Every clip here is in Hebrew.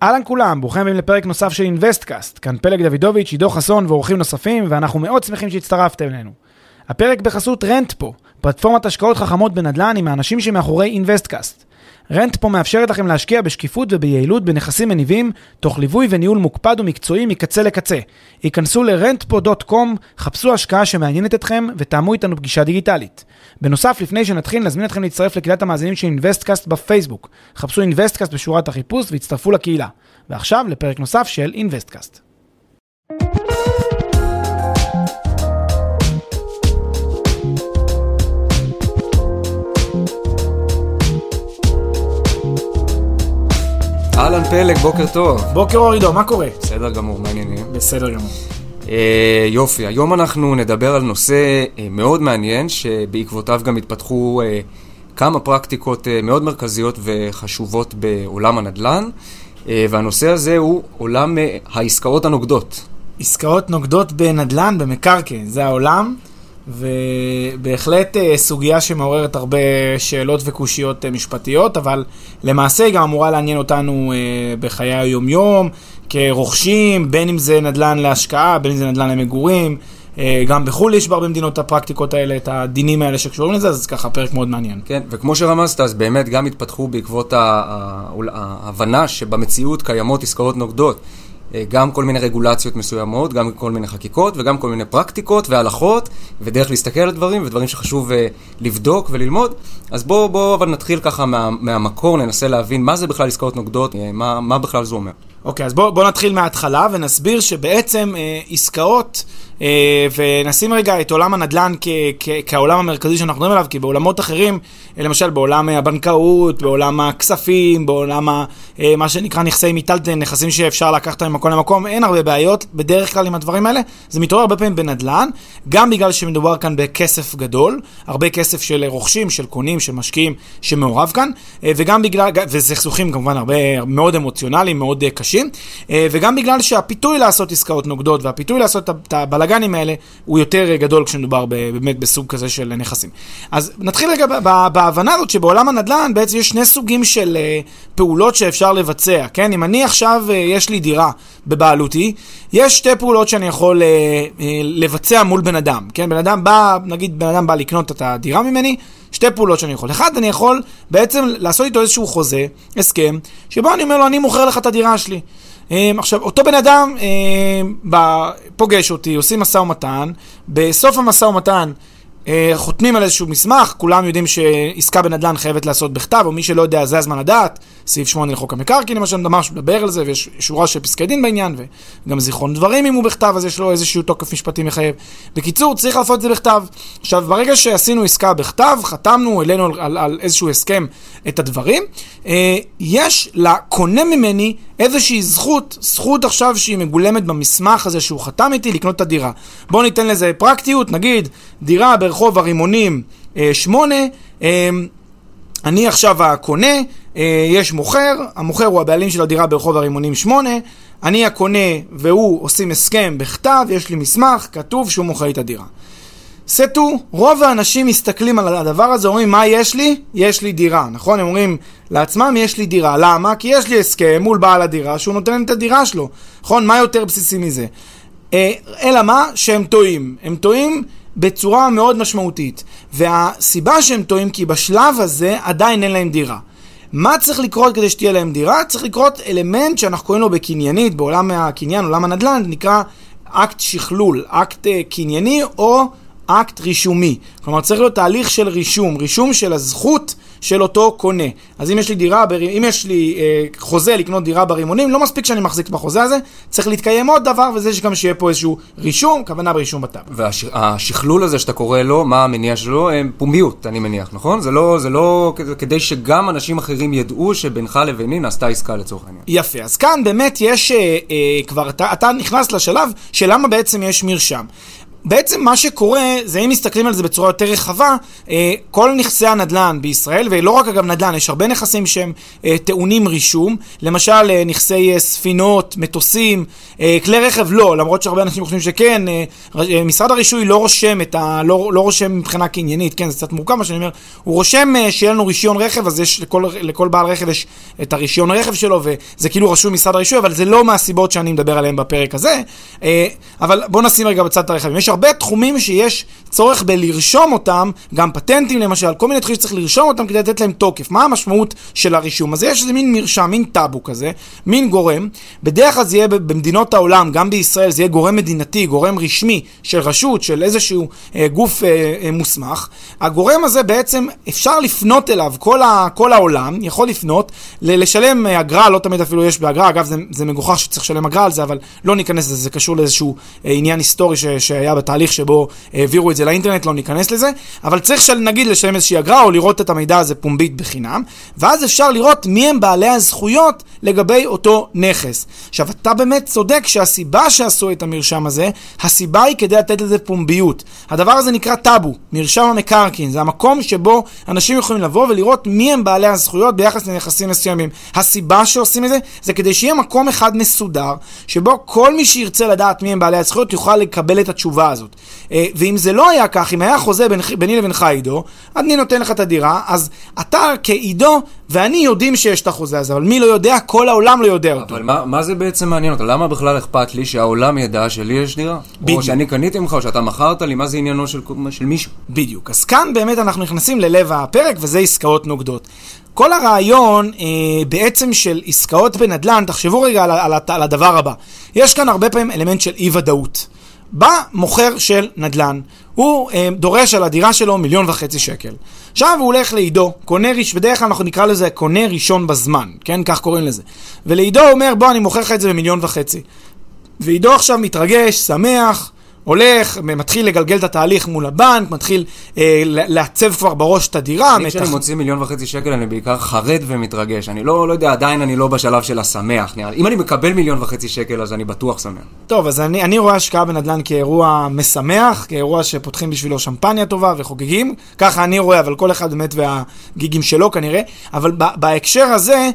אהלן כולם, ברוכים הבאים לפרק נוסף של אינבסטקאסט. כאן פלג דוידוביץ', עידו חסון ואורחים נוספים, ואנחנו מאוד שמחים שהצטרפתם אלינו. הפרק בחסות רנטפו, פלטפורמת השקעות חכמות בנדל"ן עם האנשים שמאחורי אינבסטקאסט. רנטפו מאפשרת לכם להשקיע בשקיפות וביעילות בנכסים מניבים, תוך ליווי וניהול מוקפד ומקצועי מקצה לקצה. היכנסו ל-rentpo.com, חפשו השקעה שמעניינת אתכם ותאמו איתנו פגישה דיגיטלית. בנוסף, לפני שנתחיל, נזמין אתכם להצטרף לקהילת המאזינים של אינבסטקאסט בפייסבוק. חפשו אינבסטקאסט בשורת החיפוש והצטרפו לקהילה. ועכשיו לפרק נוסף של אינבסטקאסט. אהלן פלג, בוקר טוב. בוקר אור עידו, מה קורה? בסדר גמור, מה העניינים? בסדר גמור. יופי, היום אנחנו נדבר על נושא מאוד מעניין, שבעקבותיו גם התפתחו כמה פרקטיקות מאוד מרכזיות וחשובות בעולם הנדל"ן, והנושא הזה הוא עולם העסקאות הנוגדות. עסקאות נוגדות בנדל"ן, במקרקעין, זה העולם, ובהחלט סוגיה שמעוררת הרבה שאלות וקושיות משפטיות, אבל למעשה היא גם אמורה לעניין אותנו בחיי היום-יום, כרוכשים, בין אם זה נדל"ן להשקעה, בין אם זה נדל"ן למגורים, גם בחו"ל יש בהרבה מדינות הפרקטיקות האלה, את הדינים האלה שקשורים לזה, אז ככה פרק מאוד מעניין. כן, וכמו שרמזת, אז באמת גם התפתחו בעקבות ההבנה שבמציאות קיימות עסקאות נוגדות, גם כל מיני רגולציות מסוימות, גם כל מיני חקיקות וגם כל מיני פרקטיקות והלכות ודרך להסתכל על דברים ודברים שחשוב לבדוק וללמוד. אז בואו אבל נתחיל ככה מהמקור, ננסה להבין מה זה בכלל עסקאות נוגדות, מה בכלל זה אומר. אוקיי, אז בואו נתחיל מההתחלה ונסביר שבעצם עסקאות, ונשים רגע את עולם הנדל"ן כעולם המרכזי שאנחנו מדברים עליו, כי בעולמות אחרים, למשל בעולם הבנקאות, בעולם הכספים, בעולם מה שנקרא נכסי מיטלטלין, נכסים שאפשר לקחת ממקום למקום, אין הרבה בעיות בדרך כלל עם הדברים האלה. זה מתעורר הרבה פעמים בנדל"ן, גם בגלל שמדובר כאן בכסף גדול, הרבה כסף של רוכשים, של קונים, של משקיעים שמעורב כאן, וגם בגלל, וזה סכסוכים כמובן הרבה מאוד אמוציונליים, מאוד קשים, וגם בגלל שהפיתוי לעשות עסקאות נוגדות והפיתוי לעשות את הבלגנים האלה הוא יותר גדול כשמדובר באמת בסוג כזה של נכסים. אז נתחיל רגע בהבנה הזאת שבעולם הנדל"ן בעצם יש שני סוגים של פעולות שאפשר לבצע, כן? אם אני עכשיו יש לי דירה בבעלותי, יש שתי פעולות שאני יכול לבצע מול בן אדם, כן? נגיד בן אדם בא לקנות את הדירה ממני, שתי פעולות שאני יכול. אחד, אני יכול בעצם לעשות איתו איזשהו חוזה, הסכם, שבו אני אומר לו, אני מוכר לך את הדירה שלי. עכשיו, אותו בן אדם פוגש אותי, עושים מסע ומתן, בסוף המסע ומתן חותמים על איזשהו מסמך, כולם יודעים שעסקה בנדל"ן חייבת לעשות בכתב, או מי שלא יודע, זה הזמן לדעת, סעיף 8 לחוק המקרקעין, למשל, מדבר על זה, ויש שורה של פסקי דין בעניין, וגם זיכרון דברים אם הוא בכתב, אז יש לו איזשהו תוקף משפטי מחייב. בקיצור, צריך לעשות את זה בכתב. עכשיו, ברגע שעשינו עסקה בכתב, חתמנו, העלינו על איזשהו הסכם את הדברים, יש לקונה ממני איזושהי זכות עכשיו שהיא מגולמת במסמך הזה שהוא חתם איתי לקנות את הדירה. בואו ניתן לזה פרקטיות, נגיד, דירה ברחוב הרימונים 8, אני עכשיו הקונה, יש מוכר, המוכר הוא הבעלים של הדירה ברחוב הרימונים 8, אני הקונה והוא עושים הסכם בכתב, יש לי מסמך, כתוב שהוא מוכר את הדירה. סטו, רוב האנשים מסתכלים על הדבר הזה, אומרים, מה יש לי? יש לי דירה, נכון? הם אומרים לעצמם, יש לי דירה. למה? כי יש לי הסכם מול בעל הדירה, שהוא נותן את הדירה שלו. נכון? מה יותר בסיסי מזה? אלא מה? שהם טועים. הם טועים בצורה מאוד משמעותית. והסיבה שהם טועים, כי בשלב הזה עדיין אין להם דירה. מה צריך לקרות כדי שתהיה להם דירה? צריך לקרות אלמנט שאנחנו קוראים לו בקניינית, בעולם הקניין, עולם הנדל"ן, נקרא אקט שכלול, אקט קנייני או אקט רישומי. כלומר, צריך להיות תהליך של רישום של הזכות של אותו קונה. אז אם יש לי אם יש לי חוזה לקנות דירה ברימונים, לא מספיק שאני מחזיק בחוזה הזה, צריך להתקיים עוד דבר, וזה שגם שיהיה פה איזשהו רישום, כוונה ברישום בטאב. והשכלול הזה שאתה קורא לו, מה המניע שלו? פומביות, אני מניח, נכון? זה לא כדי שגם אנשים אחרים ידעו שבינך לביני נעשתה עסקה לצורך העניין. יפה, אז כאן באמת יש כבר, אתה נכנס לשלב של למה בעצם יש מרשם. בעצם מה שקורה, זה אם מסתכלים על זה בצורה יותר רחבה, כל נכסי הנדל"ן בישראל, ולא רק אגב נדל"ן, יש הרבה נכסים שהם טעונים רישום, למשל נכסי ספינות, מטוסים, כלי רכב לא, למרות שהרבה אנשים חושבים שכן, משרד הרישוי לא רושם לא רושם מבחינה קניינית, כן, זה קצת מורכב מה שאני אומר, הוא רושם שיהיה לנו רישיון רכב, אז יש לכל בעל רכב יש את הרישיון רכב שלו, וזה כאילו רשום משרד הרישוי, אבל זה לא מהסיבות שאני מדבר עליהן בפרק הזה, אבל בוא נשים רגע בצד את הרכבים. יש הרבה תחומים שיש צורך בלרשום אותם, גם פטנטים למשל, כל מיני תחומים שצריך לרשום אותם כדי לתת להם תוקף. מה המשמעות של הרישום? אז יש איזה מין מרשם, מין טאבו כזה, מין גורם. בדרך כלל זה יהיה במדינות העולם, גם בישראל, זה יהיה גורם מדינתי, גורם רשמי של רשות, של איזשהו גוף מוסמך. הגורם הזה בעצם אפשר לפנות אליו, כל העולם יכול לפנות, לשלם אגרה, לא תמיד אפילו יש באגרה, אגב זה מגוחך שצריך לשלם אגרה על זה, אבל לא ניכנס לזה, זה קשור לאיזשהו עניין היסטורי שהיה בתהליך שבו העבירו את זה לאינטרנט, לא ניכנס לזה, אבל צריך נגיד לשלם איזושהי אגרה או לראות את המידע הזה פומבית בחינם, ואז אפשר לראות מי הם בעלי הזכויות לגבי אותו נכס. עכשיו, אתה באמת צודק שהסיבה שעשו את המרשם הזה, הסיבה היא כדי לתת לזה פומביות. הדבר הזה נקרא טאבו, מרשם המקרקעין, זה המקום שבו אנשים יכולים לבוא ולראות מי הם בעלי הזכויות ביחס לנכסים מסוימים. הסיבה שעושים את זה, זה כדי שיהיה מקום אחד מסודר, שבו כל מי שירצה לדעת מי הם בעלי הזכויות יוכל לקבל את התשובה הזאת. ואם זה לא היה כך, אם היה חוזה ביני לבינך עידו, אני נותן לך את הדירה, אז אתה כעידו ואני יודעים שיש את החוזה הזה, אבל מי לא יודע? כל העולם לא יודע אותו. אבל מה זה בעצם מעניין אותו? למה בכלל אכפת לי שהעולם ידע שלי יש דירה? בדיוק. או שאני קניתי ממך, או שאתה מכרת לי, מה זה עניינו של מישהו? בדיוק. אז כאן באמת אנחנו נכנסים ללב הפרק, וזה עסקאות נוגדות. כל הרעיון בעצם של עסקאות בנדל"ן, תחשבו רגע על הדבר הבא. יש כאן הרבה פעמים אלמנט של אי-ודאות. בא מוכר של נדל"ן, הוא דורש על הדירה שלו 1.5 מיליון שקל. עכשיו הוא הולך לעידו, בדרך כלל אנחנו נקרא לזה קונה ראשון בזמן, כן? כך קוראים לזה. ולעידו אומר, בוא אני מוכר לך את זה ב1.5 מיליון. ועידו עכשיו מתרגש, שמח, הולך, מתחיל לגלגל את התהליך מול הבנק, מתחיל לעצב כבר בראש את הדירה. כשאני מוציא 1.5 מיליון שקל, אני בעיקר חרד ומתרגש. אני לא יודע, עדיין אני לא בשלב של השמח. אם אני מקבל 1.5 מיליון שקל, אז אני בטוח שמח. טוב, אז אני רואה השקעה בנדל"ן כאירוע משמח, כאירוע שפותחים בשבילו שמפניה טובה וחוגגים. ככה אני רואה, אבל כל אחד באמת והגיגים שלו כנראה. אבל בהקשר הזה,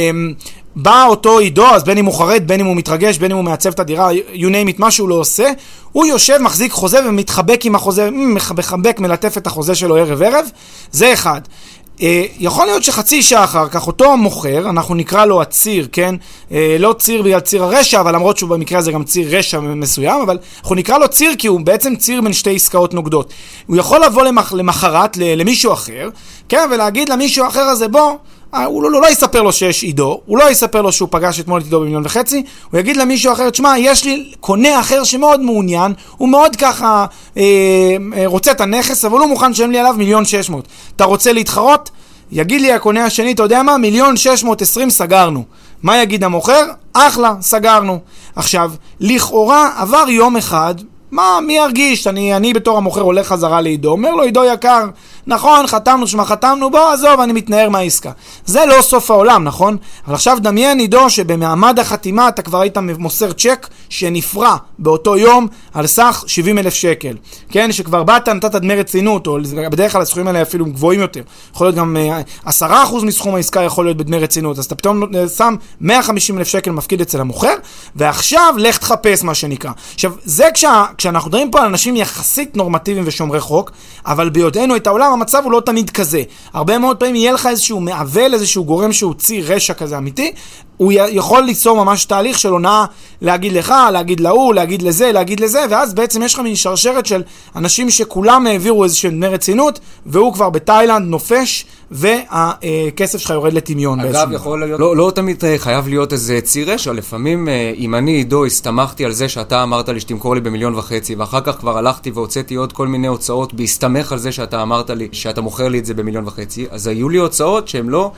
בא אותו עידו, אז בין אם הוא חרד, בין אם הוא מתרגש, בין אם הוא מעצב את הדירה, you name it, מה שהוא לא עושה, הוא יושב, מחזיק חוזה ומתחבק עם החוזה, מחבק, מלטף את החוזה שלו ערב, זה אחד. יכול להיות שחצי שעה אחר כך, אותו מוכר, אנחנו נקרא לו הציר, כן? לא ציר בגלל ציר הרשע, אבל למרות שהוא במקרה הזה גם ציר רשע מסוים, אבל אנחנו נקרא לו ציר כי הוא בעצם ציר בין שתי עסקאות נוגדות. הוא יכול לבוא למחרת למישהו אחר, כן? ולהגיד למישהו אחר הזה, בוא, הוא לא יספר לו שיש עידו, הוא לא יספר לו שהוא פגש אתמול את עידו ב1.5 מיליון, הוא יגיד למישהו אחר, תשמע, יש לי קונה אחר שמאוד מעוניין, הוא מאוד ככה רוצה את הנכס, אבל הוא מוכן לשלם לי עליו 1.6 מיליון. אתה רוצה להתחרות? יגיד לי הקונה השני, אתה יודע מה? 1.620 מיליון סגרנו. מה יגיד המוכר? אחלה, סגרנו. עכשיו, לכאורה עבר יום אחד, מי ירגיש? אני בתור המוכר הולך חזרה לעידו, אומר לו, עידו יקר, נכון, חתמנו, בוא, עזוב, אני מתנער מהעסקה. זה לא סוף העולם, נכון? אבל עכשיו דמיין עידו שבמעמד החתימה אתה כבר היית מוסר צ'ק שנפרע באותו יום על סך 70,000 שקל. כן, שכבר באת, נתת דמי רצינות, או בדרך כלל הסכומים האלה אפילו גבוהים יותר. יכול להיות גם 10% מסכום העסקה יכול להיות בדמי רצינות. אז אתה פתאום שם 150,000 שקל מפקיד אצל המוכר, ועכשיו לך תחפש מה שנקרא. עכשיו, זה כשאנחנו מדברים פה על אנשים יחסית נורמטיביים ושומרי חוק, אבל ביודענו את העולם המצב הוא לא תמיד כזה. הרבה מאוד פעמים יהיה לך איזשהו מעבל, איזשהו גורם שהוא ציר רשע כזה אמיתי, הוא יכול ליצור ממש תהליך של הונאה להגיד לך, להגיד להוא, להגיד לזה, ואז בעצם יש לך מין שרשרת של אנשים שכולם העבירו איזשהו דמי רצינות, והוא כבר בתאילנד נופש, והכסף שלך יורד לטמיון. אגב, יכול להיות, לא תמיד חייב להיות איזה ציר רשע, לפעמים אם אני עידו הסתמכתי על זה שאתה אמרת לי שתמכור לי ב1.5 מיליון, ואחר כך כבר הלכתי והוצאתי עוד כל מיני הוצאות בהסתמך על זה שאתה אמרת לי שאתה מוכר לי את זה ב1.5 מיליון, אז היו לי הוצאות שהן לא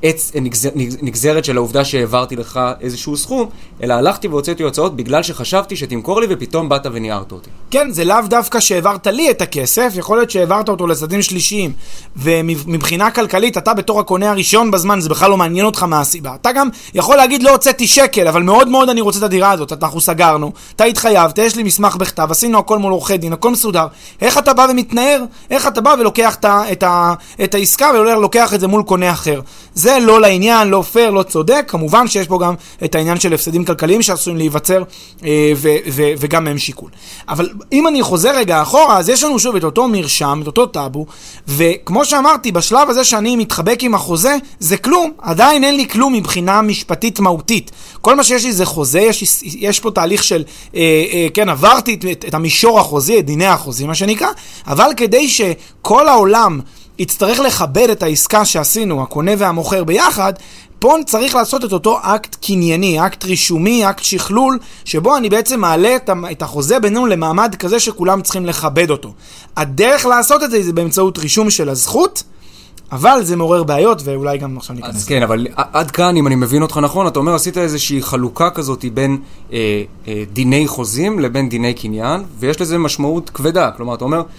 נגזרת של העובדה שהעברתי לך איזשהו סכום, אלא הלכתי והוצאתי הוצאות בגלל שחשבתי שתמכור לי ופתאום באת וניערת אותי. כן, זה לאו דווקא שהעברת לי את הכסף, יכול להיות שהעברת אותו לצדדים שלישיים, ומבחינה כלכלית, אתה בתור הקונה הראשון בזמן, זה בכלל לא מעניין אותך מהסיבה. אתה גם יכול להגיד, לא הוצאתי שקל, אבל מאוד מאוד אני רוצה את הדירה הזאת, אנחנו סגרנו, אתה התחייבת, יש לי מסמך בכתב, עשינו הכל מול עורכי דין, הכל מסודר. איך אתה בא ומתנער? איך אתה בא ולוקח את העסקה, ולוקח את זה מול קונה אחר? זה לא לעניין, לא פייר, לא צודק. כמובן שיש פה גם את העניין של הפסדים כלכליים שעשויים להיווצר, וגם מהם שיקול. אבל אם אני חוזר רגע אחורה, אז יש לנו שוב את אותו מרשם, את אותו טאבו, וכמו שאמרתי, בשלב הזה שאני מתחבק עם החוזה, זה כלום. עדיין אין לי כלום מבחינה משפטית מהותית. כל מה שיש לי זה חוזה, יש פה תהליך של, כן, עברתי את המישור החוזי, את דיני החוזי, מה שנקרא, אבל כדי שכל העולם יצטרך לכבד את העסקה שעשינו, הקונה והמוכר ביחד, פה צריך לעשות את אותו אקט קנייני, אקט רישומי, אקט שכלול, שבו אני בעצם מעלה את החוזה בינינו למעמד כזה שכולם צריכים לכבד אותו. הדרך לעשות את זה זה באמצעות רישום של הזכות, אבל זה מעורר בעיות, ואולי גם עכשיו ניכנס. אז כן, אבל עד כאן, אם אני מבין אותך נכון, אתה אומר, עשית איזושהי חלוקה כזאת בין דיני חוזים לבין דיני קניין, ויש לזה משמעות כבדה. כלומר, אתה אומר,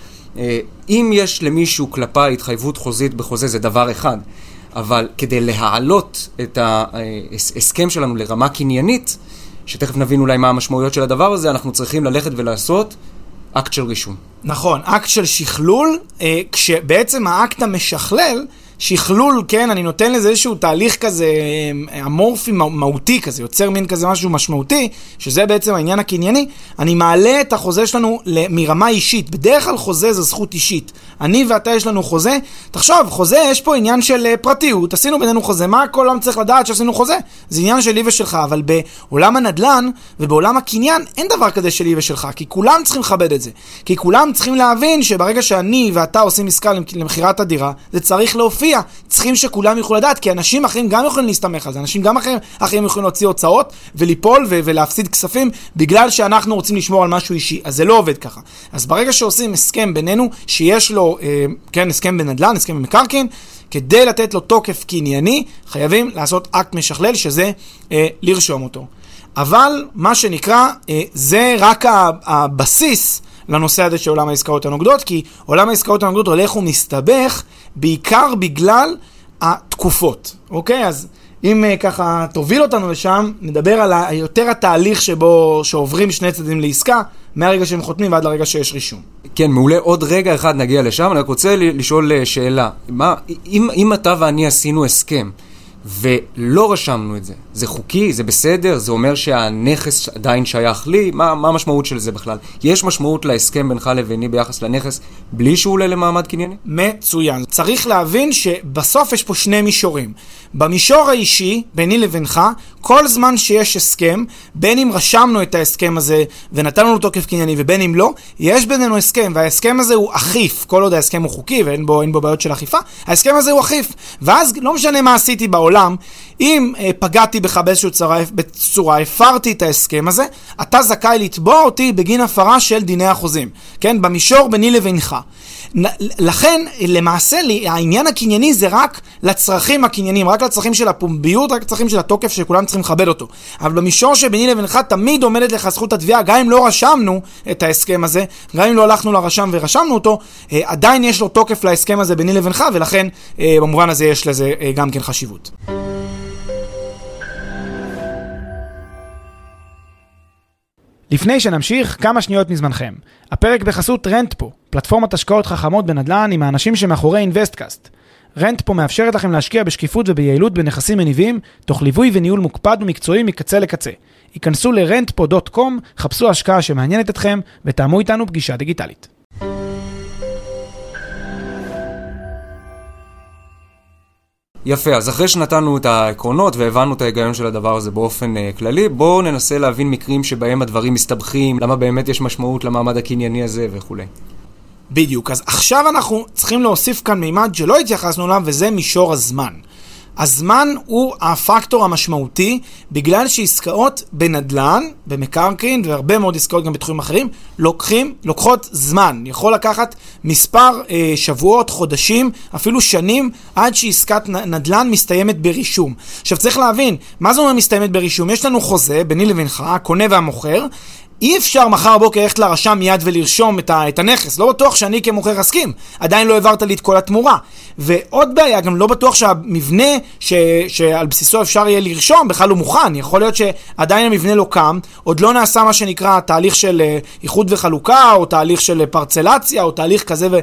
אם יש למישהו כלפי התחייבות חוזית בחוזה, זה דבר אחד. אבל כדי להעלות את ההסכם שלנו לרמה קניינית, שתכף נבין אולי מה המשמעויות של הדבר הזה, אנחנו צריכים ללכת ולעשות אקט של רישום. נכון, אקט של שכלול, כשבעצם האקט המשכלל, שכלול, כן, אני נותן לזה איזשהו תהליך כזה אמורפי, מהותי כזה, יוצר מין כזה משהו משמעותי, שזה בעצם העניין הקנייני. אני מעלה את החוזה שלנו מרמה אישית. בדרך כלל חוזה זה זכות אישית. אני ואתה יש לנו חוזה. תחשוב, חוזה יש פה עניין של פרטיות. עשינו בינינו חוזה. מה כל העולם צריך לדעת שעשינו חוזה? זה עניין שלי ושלך, אבל בעולם הנדל"ן ובעולם הקניין אין דבר כזה שלי ושלך, כי כולם צריכים לכבד את זה. כי כולם צריכים להבין שברגע שאני ואתה עושים עסקה למכירת הדירה, זה צריך להופיע. צריכים שכולם יוכלו לדעת, כי אנשים אחרים גם יכולים להסתמך על זה. אנשים גם אחרים יכולים להוציא הוצאות וליפול ולהפסיד כספים בגלל שאנחנו רוצים לשמור על משהו אישי. אז זה לא עובד ככה. אז ברגע שעושים הסכם בינינו, שיש לו, כן, הסכם בנדל"ן, הסכם במקרקעין, כדי לתת לו תוקף קנייני, חייבים לעשות אקט משכלל, שזה לרשום אותו. אבל מה שנקרא, זה רק הבסיס לנושא הזה של עולם העסקאות הנוגדות, כי עולם העסקאות הנוגדות הולך ומסתבך בעיקר בגלל התקופות. אוקיי? אז אם ככה תוביל אותנו לשם, נדבר על יותר התהליך שעוברים שני צדדים לעסקה, מהרגע שהם חותמים ועד לרגע שיש רישום. כן, מעולה. עוד רגע אחד נגיע לשם. אני רק רוצה לשאול שאלה. אם אתה ואני עשינו הסכם, ולא רשמנו את זה, זה חוקי, זה בסדר, זה אומר שהנכס עדיין שייך לי, מה המשמעות של זה בכלל? יש משמעות להסכם בינך לביני ביחס לנכס, בלי שהוא עולה למעמד קנייני? מצוין. צריך להבין שבסוף יש פה שני מישורים. במישור האישי, ביני לבינך, כל זמן שיש הסכם, בין אם רשמנו את ההסכם הזה ונתנו לו תוקף קנייני ובין אם לא, יש בינינו הסכם, וההסכם הזה הוא אכיף, כל עוד ההסכם הוא חוקי ואין בו בעיות של אכיפה, ההסכם הזה הוא אכיף. ואז לא משנה מה עשיתי בעולם, אם פגעתי בך באיזושהי צורה, הפרתי את ההסכם הזה, אתה זכאי לתבוע אותי בגין הפרה של דיני החוזים. כן? במישור ביני לבינך. לכן, למעשה, העניין הקנייני זה רק לצרכים הקניינים, רק לצרכים של הפומביות, רק לצרכים של התוקף שכולם צריכים לכבד אותו. אבל במישור שביני לבינך תמיד עומדת לך זכות התביעה, גם אם לא רשמנו את ההסכם הזה, גם אם לא הלכנו לרשם ורשמנו אותו, עדיין יש לו תוקף להסכם הזה ביני לבינך, ולכן במובן הזה יש לזה גם כן חשיבות. לפני שנמשיך, כמה שניות מזמנכם. הפרק בחסות רנטפו, פלטפורמת השקעות חכמות בנדל"ן עם האנשים שמאחורי אינבסטקאסט. רנטפו מאפשרת לכם להשקיע בשקיפות וביעילות בנכסים מניבים, תוך ליווי וניהול מוקפד ומקצועי מקצה לקצה. היכנסו ל-rentpo.com, חפשו השקעה שמעניינת אתכם ותאמו איתנו פגישה דיגיטלית. יפה, אז אחרי שנתנו את העקרונות והבנו את ההיגיון של הדבר הזה באופן כללי, בואו ננסה להבין מקרים שבהם הדברים מסתבכים, למה באמת יש משמעות למעמד הקנייני הזה וכו'. בדיוק, אז עכשיו אנחנו צריכים להוסיף כאן מימד שלא התייחסנו אליו, וזה מישור הזמן. הזמן הוא הפקטור המשמעותי, בגלל שעסקאות בנדל"ן, במקרקעין, והרבה מאוד עסקאות גם בתחומים אחרים, לוקחות זמן. יכול לקחת מספר שבועות, חודשים, אפילו שנים, עד שעסקת נדל"ן מסתיימת ברישום. עכשיו צריך להבין, מה זה אומר מסתיימת ברישום? יש לנו חוזה, ביני לבינך, הקונה והמוכר, אי אפשר מחר בוקר ללכת לרשם מיד ולרשום את הנכס. לא בטוח שאני כמוכר אסכים. עדיין לא העברת לי את כל התמורה. ועוד בעיה, גם לא בטוח שהמבנה שעל בסיסו אפשר יהיה לרשום בכלל הוא מוכן. יכול להיות שעדיין המבנה לא קם, עוד לא נעשה מה שנקרא תהליך של איחוד וחלוקה, או תהליך של פרצלציה, או תהליך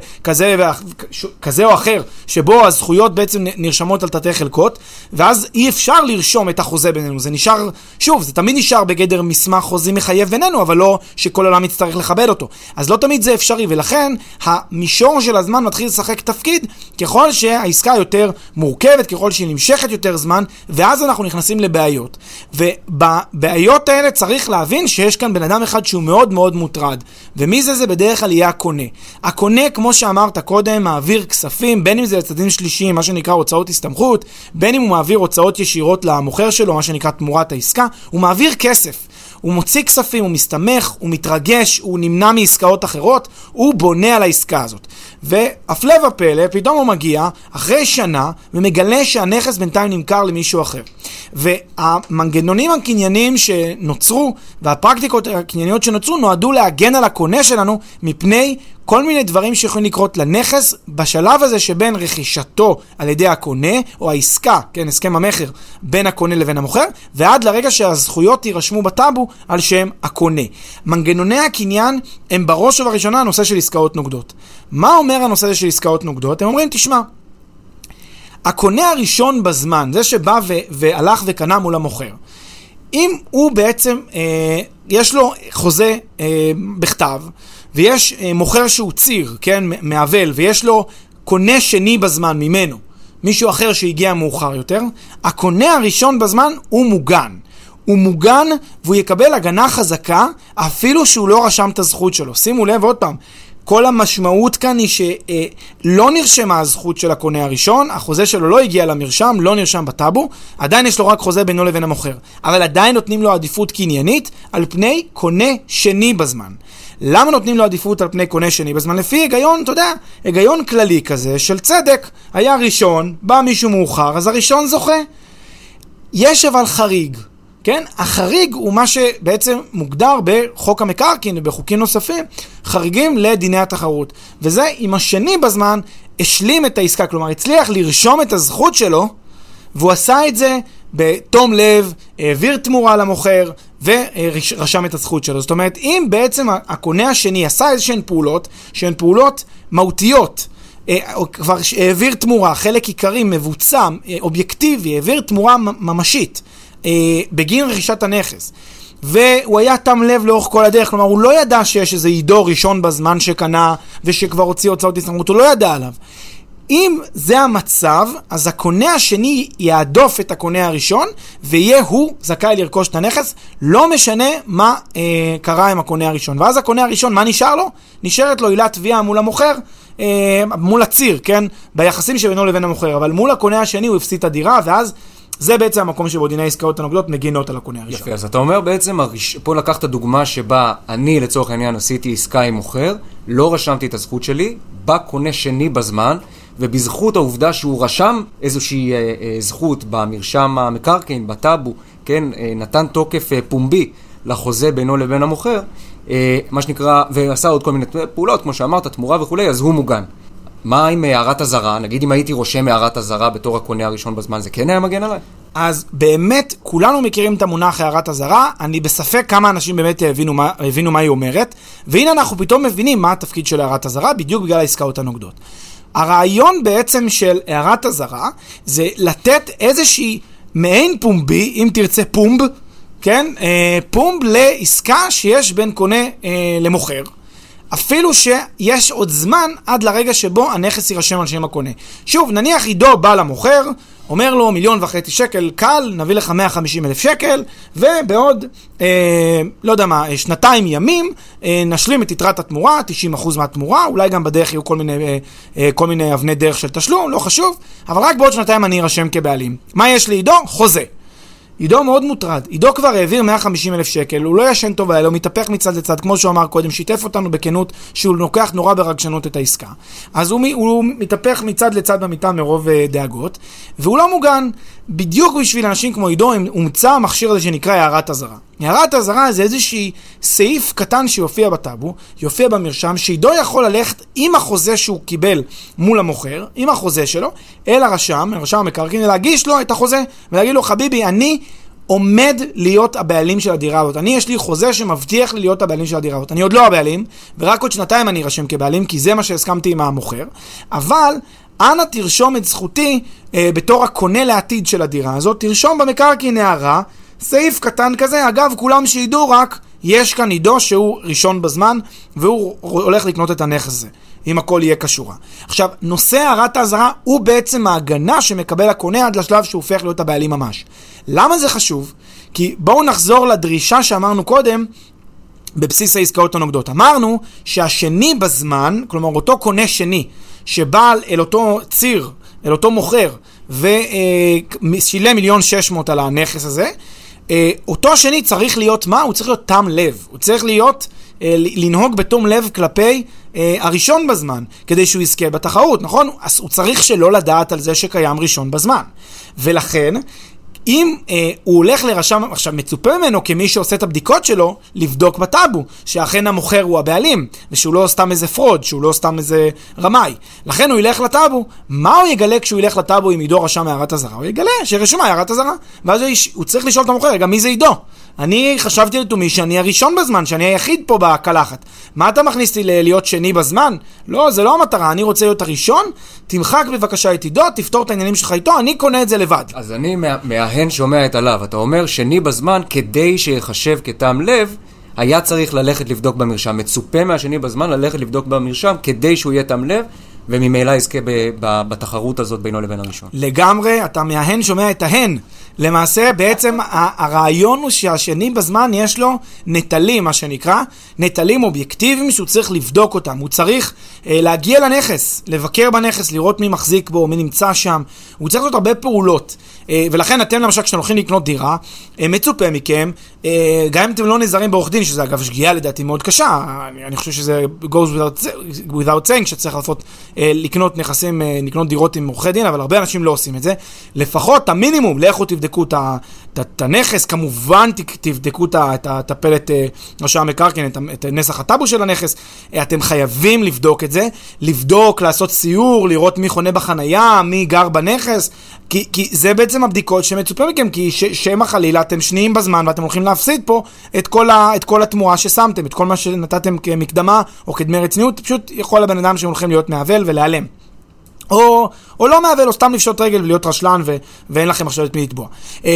כזה או אחר, שבו הזכויות בעצם נרשמות על תתי חלקות, ואז אי אפשר לרשום את החוזה בינינו. זה נשאר, שוב, זה תמיד נשאר בגדר מסמך חוזי מחייב בינינו, אבל לא שכל העולם יצטרך לכבד אותו. אז לא תמיד זה אפשרי, ולכן המישור של הזמן מתחיל לשחק תפקיד, ככל שהעסקה יותר מורכבת, ככל שהיא נמשכת יותר זמן, ואז אנחנו נכנסים לבעיות. ובבעיות האלה צריך להבין שיש כאן בן אדם אחד שהוא מאוד מאוד מוטרד. ומי זה? זה בדרך כלל יהיה הקונה. הקונה, כמו שאמרת קודם, מעביר כספים, בין אם זה לצדדים שלישיים, מה שנקרא הוצאות הסתמכות, בין אם הוא מעביר הוצאות ישירות למוכר שלו, מה שנקרא תמורת העסקה, הוא מעביר כסף. הוא מוציא כספים, הוא מסתמך, הוא מתרגש, הוא נמנע מעסקאות אחרות, הוא בונה על העסקה הזאת. והפלא ופלא, פתאום הוא מגיע אחרי שנה ומגלה שהנכס בינתיים נמכר למישהו אחר. והמנגנונים הקנייניים שנוצרו והפרקטיקות הקנייניות שנוצרו נועדו להגן על הקונה שלנו מפני כל מיני דברים שיכולים לקרות לנכס בשלב הזה שבין רכישתו על ידי הקונה, או העסקה, כן, הסכם המחר, בין הקונה לבין המוכר, ועד לרגע שהזכויות יירשמו בטאבו על שם הקונה. מנגנוני הקניין הם בראש ובראשונה הנושא של עסקאות נוגדות. מה אומר הנושא של עסקאות נוגדות? הם אומרים, תשמע, הקונה הראשון בזמן, זה שבא והלך וקנה מול המוכר, אם הוא בעצם, יש לו חוזה בכתב, ויש מוכר שהוא ציר, כן, מעבל, ויש לו קונה שני בזמן ממנו, מישהו אחר שהגיע מאוחר יותר, הקונה הראשון בזמן הוא מוגן. הוא מוגן והוא יקבל הגנה חזקה, אפילו שהוא לא רשם את הזכות שלו. שימו לב עוד פעם, כל המשמעות כאן היא שלא נרשמה הזכות של הקונה הראשון, החוזה שלו לא הגיע למרשם, לא נרשם בטאבו, עדיין יש לו רק חוזה בינו לבין המוכר. אבל עדיין נותנים לו עדיפות קניינית על פני קונה שני בזמן. למה נותנים לו עדיפות על פני קונה שני בזמן? לפי היגיון, אתה יודע, היגיון כללי כזה של צדק. היה ראשון, בא מישהו מאוחר, אז הראשון זוכה. יש אבל חריג, כן? החריג הוא מה שבעצם מוגדר בחוק המקרקעין ובחוקים נוספים, חריגים לדיני התחרות. וזה אם השני בזמן השלים את העסקה, כלומר הצליח לרשום את הזכות שלו, והוא עשה את זה בתום לב, העביר תמורה למוכר ורשם את הזכות שלו. זאת אומרת, אם בעצם הקונה השני עשה איזשהן פעולות, שהן פעולות מהותיות, כבר העביר תמורה, חלק עיקרי, מבוצע, אובייקטיבי, העביר תמורה ממשית, בגין רכישת הנכס, והוא היה תם לב לאורך כל הדרך, כלומר הוא לא ידע שיש איזה עידו ראשון בזמן שקנה ושכבר הוציא הוצאות הסתמכות, הוא לא ידע עליו. אם זה המצב, אז הקונה השני יעדוף את הקונה הראשון, ויהיה הוא זכאי לרכוש את הנכס, לא משנה מה קרה עם הקונה הראשון. ואז הקונה הראשון, מה נשאר לו? נשארת לו עילת תביעה מול המוכר, מול הציר, כן? ביחסים שבינו לבין המוכר, אבל מול הקונה השני הוא הפסיד את הדירה, ואז זה בעצם המקום שבו דיני עסקאות הנוגדות מגינות על הקונה הראשון. יפה, אז אתה אומר בעצם, פה לקחת דוגמה שבה אני לצורך העניין עשיתי עסקה עם מוכר, לא רשמתי את הזכות שלי, בא קונה שני בזמן, ובזכות העובדה שהוא רשם איזושהי זכות במרשם המקרקעין, בטאבו, כן, נתן תוקף פומבי לחוזה בינו לבין המוכר, מה שנקרא, ועשה עוד כל מיני פעולות, כמו שאמרת, תמורה וכו', אז הוא מוגן. מה עם הערת הזרה? נגיד אם הייתי רושם הערת הזרה בתור הקונה הראשון בזמן, זה כן היה מגן עליי? אז באמת, כולנו מכירים את המונח הערת הזרה, אני בספק כמה אנשים באמת הבינו מה היא אומרת, והנה אנחנו פתאום מבינים מה התפקיד של הערת הזרה, בדיוק בגלל העסקאות הנוגדות. הרעיון בעצם של הערת הזרה, זה לתת איזושהי מעין פומבי, אם תרצה פומב, כן? פומב לעסקה שיש בין קונה למוכר. אפילו שיש עוד זמן עד לרגע שבו הנכס יירשם על שם הקונה. שוב, נניח עידו בא למוכר, אומר לו 1.5 מיליון שקל קל, נביא לך 150,000 שקל, ובעוד, לא יודע מה, 2 ימים, נשלים את יתרת התמורה, 90% מהתמורה, אולי גם בדרך יהיו כל מיני אבני דרך של תשלום, לא חשוב, אבל רק בעוד 2 אני ארשם כבעלים. מה יש לעידו? חוזה. עידו מאוד מוטרד, עידו כבר העביר 150,000 שקל, הוא לא ישן טוב, הוא מתהפך מצד לצד, כמו שהוא אמר קודם, שיתף אותנו בכנות שהוא לוקח נורא ברגשנות את העסקה. אז הוא מתהפך מצד לצד במיטה מרוב דאגות, והוא לא מוגן. בדיוק בשביל אנשים כמו עידו, הומצא המכשיר הזה שנקרא הערת הזרה. הערת האזהרה זה איזושהי סעיף קטן שיופיע בטאבו, יופיע במרשם, שעידו יכול ללכת עם החוזה שהוא קיבל מול המוכר, עם החוזה שלו, אל הרשם המקרקעין, להגיש לו את החוזה, ולהגיד לו, חביבי, אני עומד להיות הבעלים של הדירה הזאת. יש לי חוזה שמבטיח לי להיות הבעלים של הדירה הזאת. אני עוד לא הבעלים, ורק עוד שנתיים אני ארשם כבעלים, כי זה מה שהסכמתי עם המוכר. אבל אנא תרשום את זכותי בתור הקונה לעתיד של הדירה הזאת, תרשום במקרקעין הערה, סעיף קטן כזה, אגב, כולם שידעו רק, יש כאן עידו שהוא ראשון בזמן, והוא הולך לקנות את הנכס הזה, אם הכל יהיה קשורה. עכשיו, נושא הערת האזהרה הוא בעצם ההגנה שמקבל הקונה עד לשלב שהוא הופך להיות הבעלים ממש. למה זה חשוב? כי בואו נחזור לדרישה שאמרנו קודם, בבסיס העסקאות הנוגדות. אמרנו שהשני בזמן, כלומר אותו קונה שני, שבא אל אותו ציר, אל אותו מוכר, ושילם 1,600,000 על הנכס הזה, אותו השני צריך להיות מה? הוא צריך להיות תם לב. הוא צריך להיות, לנהוג בתום לב כלפי הראשון בזמן, כדי שהוא יזכה בתחרות, נכון? אז הוא צריך שלא לדעת על זה שקיים ראשון בזמן. ולכן, אם הוא הולך לרשם, עכשיו מצופה ממנו כמי שעושה את הבדיקות שלו, לבדוק בטאבו, שאכן המוכר הוא הבעלים, ושהוא לא סתם איזה פרוד, שהוא לא סתם איזה רמאי. לכן הוא ילך לטאבו. מה הוא יגלה כשהוא ילך לטאבו עם עידו רשם הערת הזרה? הוא יגלה שרשומה הערת הזרה. ואז הוא צריך לשאול את המוכר, גם מי זה עידו? אני חשבתי לתומי שאני הראשון בזמן, שאני היחיד פה בקלחת. מה אתה מכניס לי להיות שני בזמן? לא, זה לא המטרה, אני רוצה להיות הראשון, תמחק בבקשה את עידו, תפתור את העניינים שלך איתו, אני קונה את זה לבד. אז אני מההן שומע את עליו, אתה אומר שני בזמן כדי שיחשב כתם לב, היה צריך ללכת לבדוק במרשם, מצופה מהשני בזמן ללכת לבדוק במרשם כדי שהוא יהיה תם לב, וממילא יזכה בתחרות הזאת בינו לבין הראשון. לגמרי, אתה מההן שומע את ההן. למעשה, בעצם הרעיון הוא שהשני בזמן יש לו נטלים, מה שנקרא, נטלים אובייקטיביים שהוא צריך לבדוק אותם. הוא צריך להגיע לנכס, לבקר בנכס, לראות מי מחזיק בו, מי נמצא שם. הוא צריך לעשות הרבה פעולות. ולכן אתם למשל, כשאתם הולכים לקנות דירה, מצופה מכם, גם אם אתם לא נזרים בעורך דין, שזה אגב שגיאה לדעתי מאוד קשה, אני חושב שזה goes without saying, שצריך לעשות לקנות נכסים, לקנות דירות עם עורכי דין, אבל הרבה אנשים לא עושים את זה. לפחות המינימום, לכו תבדקו את הנכס, כמובן תבדקו את הפלט רשם המקרקעין, את נסח הטאבו של הנכס, אתם חייבים לבדוק את זה, לבדוק, לעשות סיור, לראות מי חונה בחנייה, מי גר בנכס, כי זה בעצם הבדיקות שמצופה מכם, כי שמה חלילה אתם שניים בזמן, ואתם הולכים להפסיד פה את כל התמורה ששמתם, את כל מה שנתתם כמקדמה או כדמי רציניות, פשוט יכול לבן אדם שהם הולכים להיות מעבל ולהיעלם. או לא מעבל, או סתם לפשוט רגל ולהיות רשלן ואין לכם עכשיו את מי לתבוע.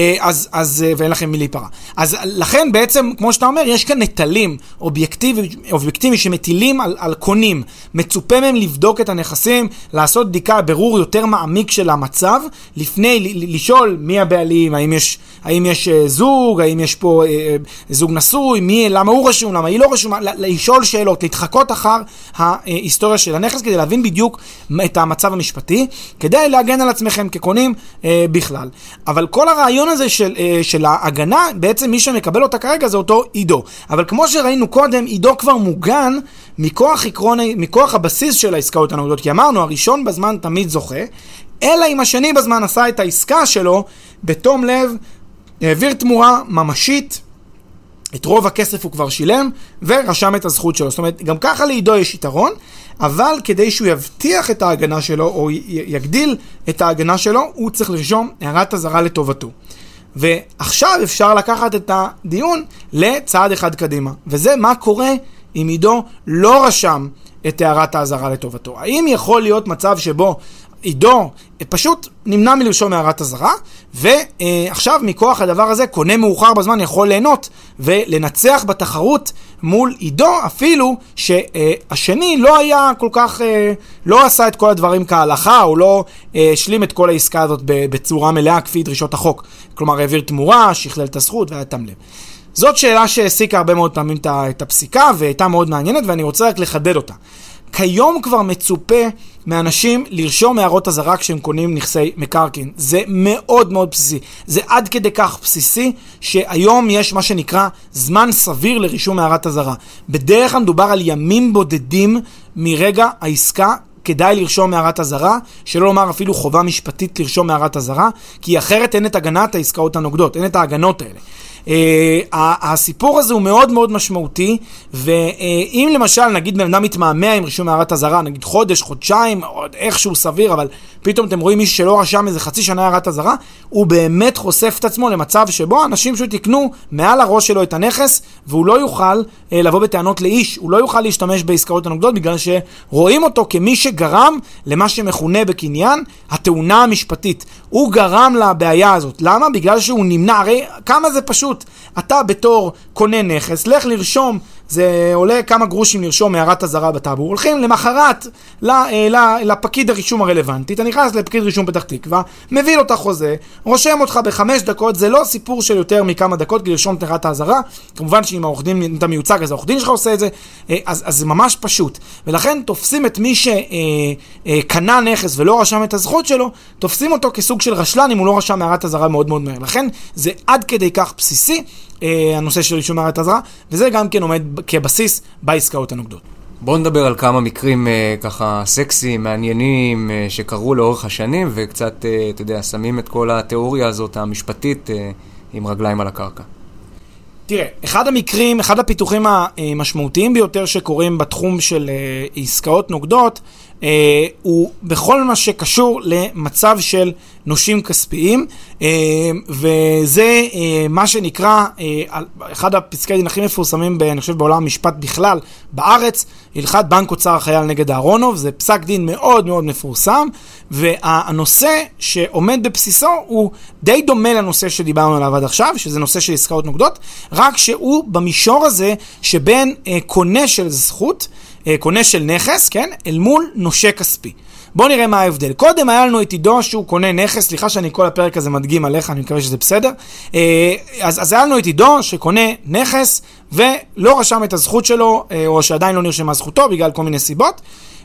ואין לכם מי להיפרע. אז לכן בעצם, כמו שאתה אומר, יש כאן נטלים אובייקטיבי שמטילים על קונים. מצופה מהם לבדוק את הנכסים, לעשות בדיקה, ברור יותר מעמיק של המצב, לפני לשאול מי הבעלים, האם יש זוג, האם יש פה זוג נשוי, למה הוא רשום, למה היא לא רשום, לשאול שאלות, להתחקות אחר ההיסטוריה של הנכס, כדי להבין בדיוק את המצב המשפטי, כדי להגן על עצמכם כקונים בכלל. אבל כל הרעיון הזה של ההגנה, בעצם מי שמקבל אותה כרגע זה אותו עידו. אבל כמו שראינו קודם, עידו כבר מוגן מכוח הבסיס של העסקאות הנוגדות, כי אמרנו, הראשון בזמן תמיד זוכה, אלא אם השני בזמן עשה את העסקה שלו, בתום לב, העביר תמורה ממשית, את רוב הכסף הוא כבר שילם, ורשם את הזכות שלו. זאת אומרת, גם ככה לעידו יש יתרון, אבל כדי שהוא יבטיח את ההגנה שלו, או יגדיל את ההגנה שלו, הוא צריך לרשום הערת הזרה לטובתו. ועכשיו אפשר לקחת את הדיון לצעד אחד קדימה. וזה מה קורה אם עידו לא רשם את הערת הזרה לטובתו. האם יכול להיות מצב שבו עידו פשוט נמנע מלרשום הערת הזרה, ועכשיו מכוח הדבר הזה קונה מאוחר בזמן יכול ליהנות ולנצח בתחרות מול עידו, אפילו שהשני לא היה כל כך, לא עשה את כל הדברים כהלכה, או לא השלים את כל העסקה הזאת בצורה מלאה כפי דרישות החוק. כלומר, העביר תמורה, שכלל את הזכות והיה תם לב. זאת שאלה שהעסיקה הרבה מאוד פעמים את הפסיקה, והייתה מאוד מעניינת, ואני רוצה רק לחדד אותה. כיום כבר מצופה מאנשים לרשום הערות הזרה כשהם קונים נכסי מקרקעין. זה מאוד מאוד בסיסי. זה עד כדי כך בסיסי שהיום יש מה שנקרא זמן סביר לרישום הערת הזרה. בדרך כלל מדובר על ימים בודדים מרגע העסקה כדאי לרשום הערת הזרה, שלא לומר אפילו חובה משפטית לרשום הערת הזרה, כי אחרת אין את הגנת העסקאות הנוגדות, אין את ההגנות האלה. הסיפור הזה הוא מאוד מאוד משמעותי, ואם למשל נגיד בן אדם מתמהמה עם רישום הערת אזהרה, נגיד חודש, חודשיים, עוד איכשהו סביר, אבל פתאום אתם רואים מישהו שלא רשם איזה חצי שנה הערת אזהרה, הוא באמת חושף את עצמו למצב שבו אנשים שתקנו מעל הראש שלו את הנכס, והוא לא יוכל לבוא בטענות לאיש, הוא לא יוכל להשתמש בעסקאות הנוגדות, בגלל שרואים אותו כמי שגרם למה שמכונה בקניין התאונה המשפטית. הוא גרם לבעיה הזאת. למה? בגלל שהוא נמנע. הרי כמה זה פשוט. אתה בתור קונה נכס, לך לרשום, זה עולה כמה גרושים לרשום הערת אזהרה בטאבו. הולכים למחרת לפקיד הרישום הרלוונטי, אתה נכנס לפקיד רישום פתח תקווה, מביא לו את החוזה, רושם אותך ב5 דקות, זה לא סיפור של יותר מכמה דקות כדי לרשום את הערת האזהרה. כמובן שאם העורך דין אתה מיוצג, אז העורך דין שלך עושה את זה, אז זה ממש פשוט. ולכן תופסים את מי שקנה נכס ולא רשם את הזכות שלו, תופסים אותו כסוג של רשלן אם הוא לא רשם הערת אזהרה מאוד מאוד מהר. לכן זה עד כדי כך בסיסי, הנושא של רישום הערת אזהרה, וזה גם כן עומד כבסיס בעסקאות הנוגדות. בואו נדבר על כמה מקרים ככה סקסיים, מעניינים, שקרו לאורך השנים, וקצת, אתה יודע, שמים את כל התיאוריה הזאת המשפטית עם רגליים על הקרקע. תראה, אחד הפיתוחים המשמעותיים ביותר שקורים בתחום של עסקאות נוגדות, הוא בכל מה שקשור למצב של נושים כספיים, וזה מה שנקרא, אחד הפסקי דין הכי מפורסמים, אני חושב בעולם המשפט בכלל, בארץ, הלכת בנק אוצר החייל נגד אהרונוב, זה פסק דין מאוד מאוד מפורסם, והנושא שעומד בבסיסו הוא די דומה לנושא שדיברנו עליו עד עכשיו, שזה נושא של עסקאות נוגדות, רק שהוא במישור הזה שבין קונה של זכות, קונה של נכס, כן? אל מול נושה כספי. בואו נראה מה ההבדל. קודם היה לנו את עידו שהוא קונה נכס, סליחה שאני כל הפרק הזה מדגים עליך, אני מקווה שזה בסדר. אז היה לנו את עידו שקונה נכס ולא רשם את הזכות שלו, או שעדיין לא נרשמה זכותו בגלל כל מיני סיבות,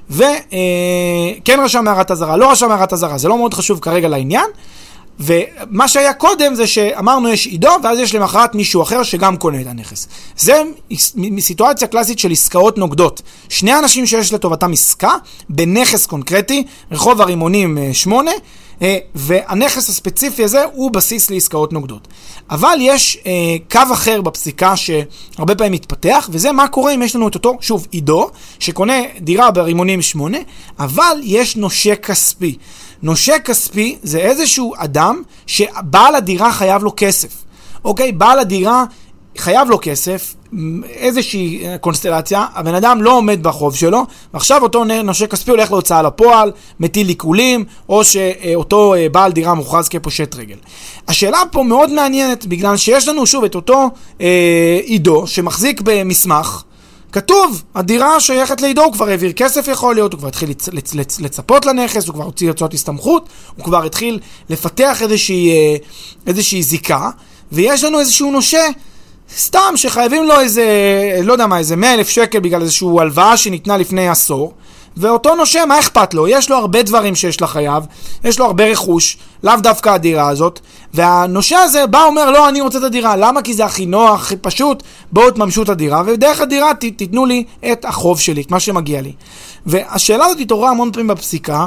וכן רשם הערת אזהרה, לא רשם הערת אזהרה, זה לא מאוד חשוב כרגע לעניין. ומה שהיה קודם זה שאמרנו יש עידו, ואז יש למחרת מישהו אחר שגם קונה את הנכס. זה סיטואציה קלאסית של עסקאות נוגדות. שני אנשים שיש לטובתם עסקה בנכס קונקרטי, רחוב הרימונים 8, והנכס הספציפי הזה הוא בסיס לעסקאות נוגדות. אבל יש קו אחר בפסיקה שהרבה פעמים מתפתח, וזה מה קורה אם יש לנו את אותו, שוב, עידו, שקונה דירה ברימונים 8, אבל יש נושה כספי. נושה כספי זה איזשהו אדם שבעל הדירה חייב לו כסף. אוקיי, בעל הדירה חייב לו כסף, איזושהי קונסטלציה, הבן אדם לא עומד בחוב שלו, ועכשיו אותו נושה כספי הולך להוצאה לפועל, מטיל עיקולים, או שאותו בעל דירה מוכרז כפושט רגל. השאלה פה מאוד מעניינת, בגלל שיש לנו שוב את אותו עידו שמחזיק במסמך, כתוב, הדירה שייכת לעידו, הוא כבר העביר כסף יכול להיות, הוא כבר התחיל לצפות לנכס, הוא כבר הוציא הוצאות הסתמכות, הוא כבר התחיל לפתח איזושהי זיקה, ויש לנו איזשהו נושה, סתם שחייבים לו איזה, לא יודע מה, איזה 100,000 שקל בגלל איזשהו הלוואה שניתנה לפני עשור, ואותו נושה, מה אכפת לו? יש לו הרבה דברים שיש לחייב, יש לו הרבה רכוש, לאו דווקא הדירה הזאת, והנושה הזה בא אומר, לא, אני רוצה את הדירה. למה? כי זה הכי נוח, הכי פשוט, בואו תממשו את הדירה, ודרך הדירה תיתנו לי את החוב שלי, את מה שמגיע לי. והשאלה הזאת התעוררה המון פעמים בפסיקה,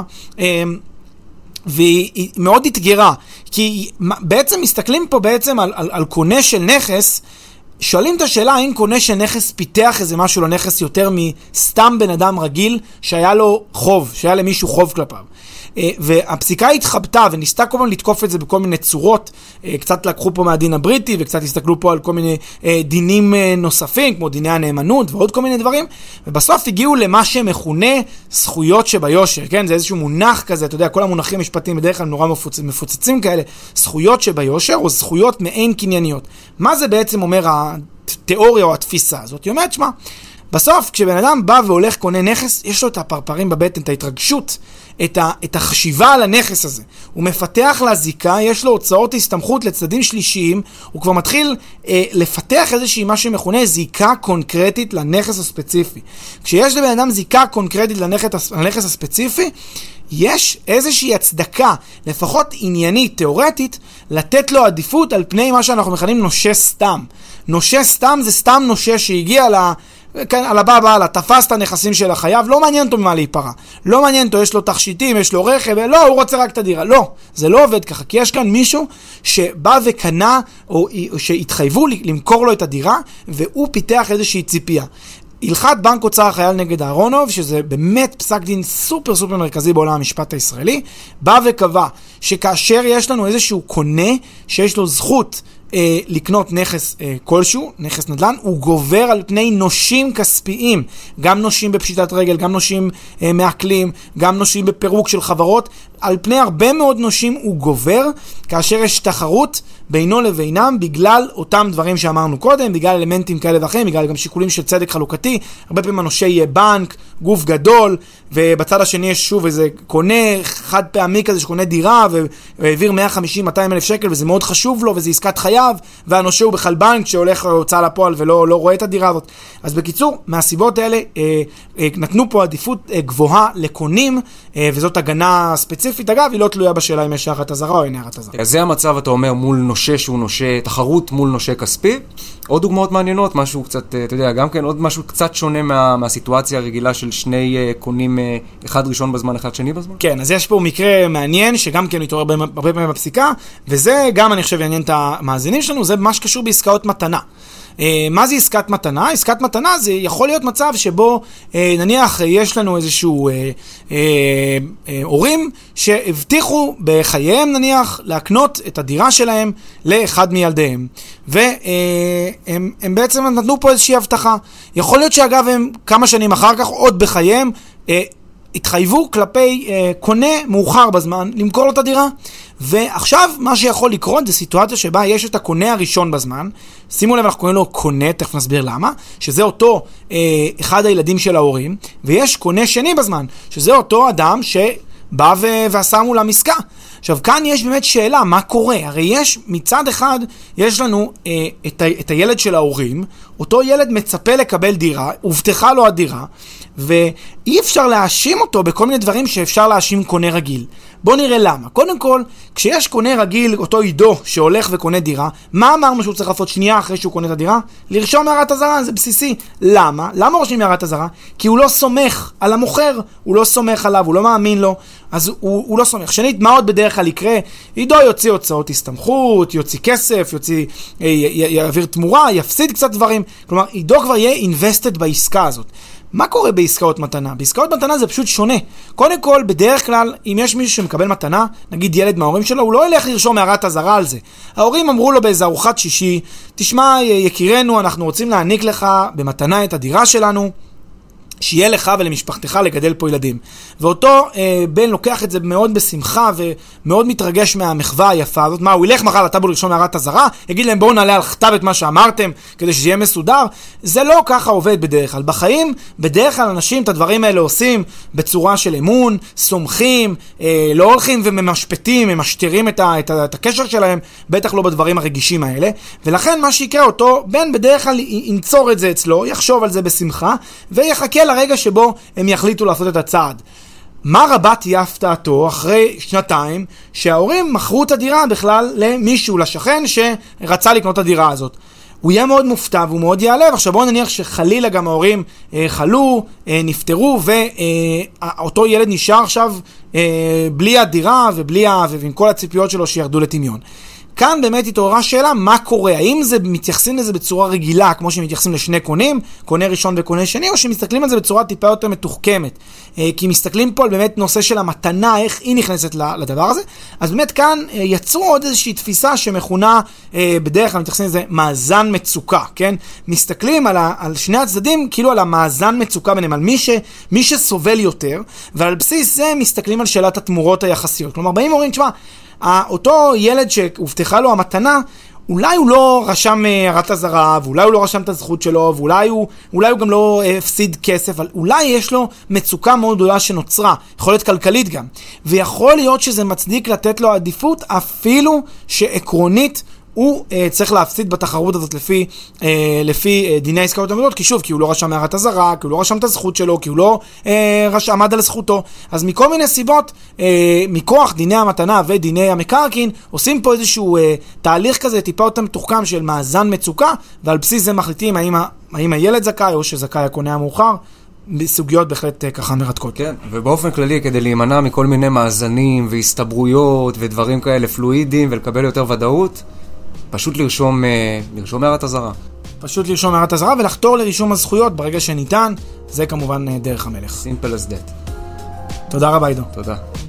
והיא מאוד התגרה, כי בעצם מסתכלים פה בעצם על קונה של נכס, שואלים את השאלה האם קונה של נכס פיתח איזה משהו לנכס יותר מסתם בן אדם רגיל שהיה לו חוב, שהיה למישהו חוב כלפיו. והפסיקה התחבטה וניסתה כל מיני לתקוף את זה בכל מיני צורות, קצת לקחו פה מהדין הבריטי וקצת הסתכלו פה על כל מיני דינים נוספים כמו דיני הנאמנות ועוד כל מיני דברים, ובסוף הגיעו למה שמכונה זכויות שביושר, כן? זה איזשהו מונח כזה, אתה יודע, כל המונחים המשפטיים בדרך כלל נורא מפוצצים כאלה, זכויות שביושר או זכויות מעין קנייניות. מה זה בעצם אומר התיאוריה או התפיסה הזאת? היא אומרת, שמה, בסוף כשבן אדם בא והולך קונה נכס, יש לו את הפרפרים בבטן, את ההתרגשות, את החשיבה על הנכס הזה. הוא מפתח לזיקה, יש לו הוצאות הסתמכות לצדדים שלישיים, הוא כבר מתחיל לפתח איזושהי מה שמכונה זיקה קונקרטית לנכס הספציפי. כשיש לבן אדם זיקה קונקרטית לנכס הספציפי, יש איזושהי הצדקה, לפחות עניינית, תיאורטית, לתת לו עדיפות על פני מה שאנחנו מכנים נושה סתם. נושה סתם זה סתם נושה שהגיע כן, על הבא בעלה, תפס את הנכסים של החייב, לא מעניין אותו ממה להיפרע. לא מעניין אותו, יש לו תכשיטים, יש לו רכב, לא, הוא רוצה רק את הדירה. לא, זה לא עובד ככה, כי יש כאן מישהו שבא וקנה, או שהתחייבו למכור לו את הדירה, והוא פיתח איזושהי ציפייה. הלכת בנק אוצר החייל נגד אהרונוב, שזה באמת פסק דין סופר סופר מרכזי בעולם המשפט הישראלי, בא וקבע שכאשר יש לנו איזשהו קונה שיש לו זכות לקנות נכס כלשהו, נכס נדל"ן, הוא גובר על פני נושים כספיים, גם נושים בפשיטת רגל, גם נושים מעקלים, גם נושים בפירוק של חברות, על פני הרבה מאוד נושים הוא גובר, כאשר יש תחרות בינו לבינם, בגלל אותם דברים שאמרנו קודם, בגלל אלמנטים כאלה ואחרים, בגלל גם שיקולים של צדק חלוקתי, הרבה פעמים הנושה יהיה בנק, גוף גדול, ובצד השני יש שוב איזה קונה חד פעמי כזה שקונה דירה, והעביר 150-200 אלף שקל, וזה מאוד חשוב לו, וזה עסקת חייו, והנושה הוא בכלל בנק שהולך להוצאה לפועל ולא רואה את הדירה הזאת. אז בקיצור, מהסיבות האלה נתנו פה עדיפות גבוהה לקונים, וזאת הגנה ספציפית. אגב, היא לא תלויה בשאלה אם יש הערת אזהרה או אין הערת אזהרה. אז זה המצב, אתה אומר, מול נושה שהוא נושה, תחרות מול נושה כספי. עוד דוגמאות מעניינות, משהו קצת, אתה יודע, גם כן עוד משהו קצת שונה מהסיטואציה הרגילה של שני קונים, אחד ראשון בזמן, אחד שני בזמן? כן, אז יש פה מקרה מעניין, שגם כן מתעורר הרבה פעמים בפסיקה, וזה גם אני חושב יעניין את המאזינים שלנו, זה מה שקשור בעסקאות מתנה. מה זה עסקת מתנה? עסקת מתנה זה יכול להיות מצב שבו נניח יש לנו איזשהו הורים שהבטיחו בחייהם נניח להקנות את הדירה שלהם לאחד מילדיהם, והם בעצם נתנו פה איזושהי הבטחה. יכול להיות שאגב הם כמה שנים אחר כך עוד בחייהם התחייבו כלפי קונה מאוחר בזמן למכור לו את הדירה. ועכשיו מה שיכול לקרות זה סיטואציה שבה יש את הקונה הראשון בזמן, שימו לב אנחנו קוראים לו קונה, תכף נסביר למה, שזה אותו אחד הילדים של ההורים, ויש קונה שני בזמן, שזה אותו אדם שבא ועשה מולם עסקה. עכשיו כאן יש באמת שאלה, מה קורה? הרי יש מצד אחד, יש לנו את הילד של ההורים, אותו ילד מצפה לקבל דירה, הובטחה לו הדירה, ואי אפשר להאשים אותו בכל מיני דברים שאפשר להאשים קונה רגיל. בוא נראה למה. קודם כל, כשיש קונה רגיל, אותו עידו שהולך וקונה דירה, מה אמרנו שהוא צריך לעשות שנייה אחרי שהוא קונה את הדירה? לרשום הערת אזהרה, זה בסיסי. למה? למה רושמים הערת אזהרה? כי הוא לא סומך על המוכר, הוא לא סומך עליו, הוא לא מאמין לו, אז הוא לא סומך. שנית, מה עוד בדרך כלל יקרה? עידו יוציא הוצאות הסתמכות, יוציא כסף, יעביר תמורה, יפסיד קצת דברים. כלומר, עידו כבר יהיה invested בעסקה הזאת. מה קורה בעסקאות מתנה? בעסקאות מתנה זה פשוט שונה. קודם כל, בדרך כלל, אם יש מישהו שמקבל מתנה, נגיד ילד מההורים שלו, הוא לא ילך לרשום הערת אזהרה על זה. ההורים אמרו לו באיזה ארוחת שישי, תשמע יקירנו, אנחנו רוצים להעניק לך במתנה את הדירה שלנו, שיהיה לך ולמשפחתך לגדל פה ילדים. ואותו בן לוקח את זה מאוד בשמחה ומאוד מתרגש מהמחווה היפה הזאת. מה, הוא ילך מחר לטאבו לרשום הערת אזהרה? יגיד להם בואו נעלה על כתב את מה שאמרתם כדי שזה יהיה מסודר? זה לא ככה עובד בדרך כלל. בחיים, בדרך כלל אנשים את הדברים האלה עושים בצורה של אמון, סומכים, לא הולכים וממשפטים, ממשטרים את הקשר שלהם, בטח לא בדברים הרגישים האלה. ולכן מה שיקרה, אותו בן בדרך כלל ינצור את זה אצלו, יחשוב על זה בשמחה ויחכה לרגע שבו הם יחליטו לעשות את הצעד. מה רבה תהיה הפתעתו אחרי שנתיים שההורים מכרו את הדירה בכלל למישהו, לשכן שרצה לקנות את הדירה הזאת? הוא יהיה מאוד מופתע והוא מאוד יעלב. עכשיו בואו נניח שחלילה גם ההורים חלו, נפטרו, ואותו ילד נשאר עכשיו בלי הדירה ועם כל הציפיות שלו שירדו לטמיון. כאן באמת התעוררה שאלה, מה קורה? האם זה מתייחסים לזה בצורה רגילה, כמו שמתייחסים לשני קונים, קונה ראשון וקונה שני, או שמסתכלים על זה בצורה טיפה יותר מתוחכמת? כי מסתכלים פה על באמת נושא של המתנה, איך היא נכנסת לדבר הזה. אז באמת כאן יצרו עוד איזושהי תפיסה שמכונה, בדרך כלל מתייחסים לזה מאזן מצוקה, כן? מסתכלים על שני הצדדים, כאילו על המאזן מצוקה ביניהם, על מי שסובל יותר, ועל בסיס זה מסתכלים על שאלת התמורות היחסיות. כלומר, באים ואומרים, תשמע, אותו ילד שהובטחה לו המתנה, אולי הוא לא רשם הערת אזהרה, ואולי הוא לא רשם את הזכות שלו, ואולי הוא גם לא הפסיד כסף, אבל אולי יש לו מצוקה מאוד גדולה שנוצרה, יכול להיות כלכלית גם, ויכול להיות שזה מצדיק לתת לו עדיפות, אפילו שעקרונית הוא צריך להפסיד בתחרות הזאת לפי דיני עסקאות נוגדות, כי שוב, כי הוא לא רשם הערת אזהרה, כי הוא לא רשם את הזכות שלו, כי הוא לא עמד על זכותו. אז מכל מיני סיבות, מכוח דיני המתנה ודיני המקרקעין, עושים פה איזשהו תהליך כזה, טיפה יותר מתוחכם של מאזן מצוקה, ועל בסיס זה מחליטים האם הילד זכאי או שזכאי הקונה המאוחר, בסוגיות בהחלט ככה מרתקות. כן, ובאופן כללי, כדי להימנע מכל מיני מאזנים והסתברויות ודברים כאלה פלואידיים ולקבל יותר ודאות, פשוט לרשום הערת אזהרה. פשוט לרשום הערת אזהרה ולחתור לרישום הזכויות ברגע שניתן, זה כמובן דרך המלך. Simple as that. תודה רבה, עידו. תודה.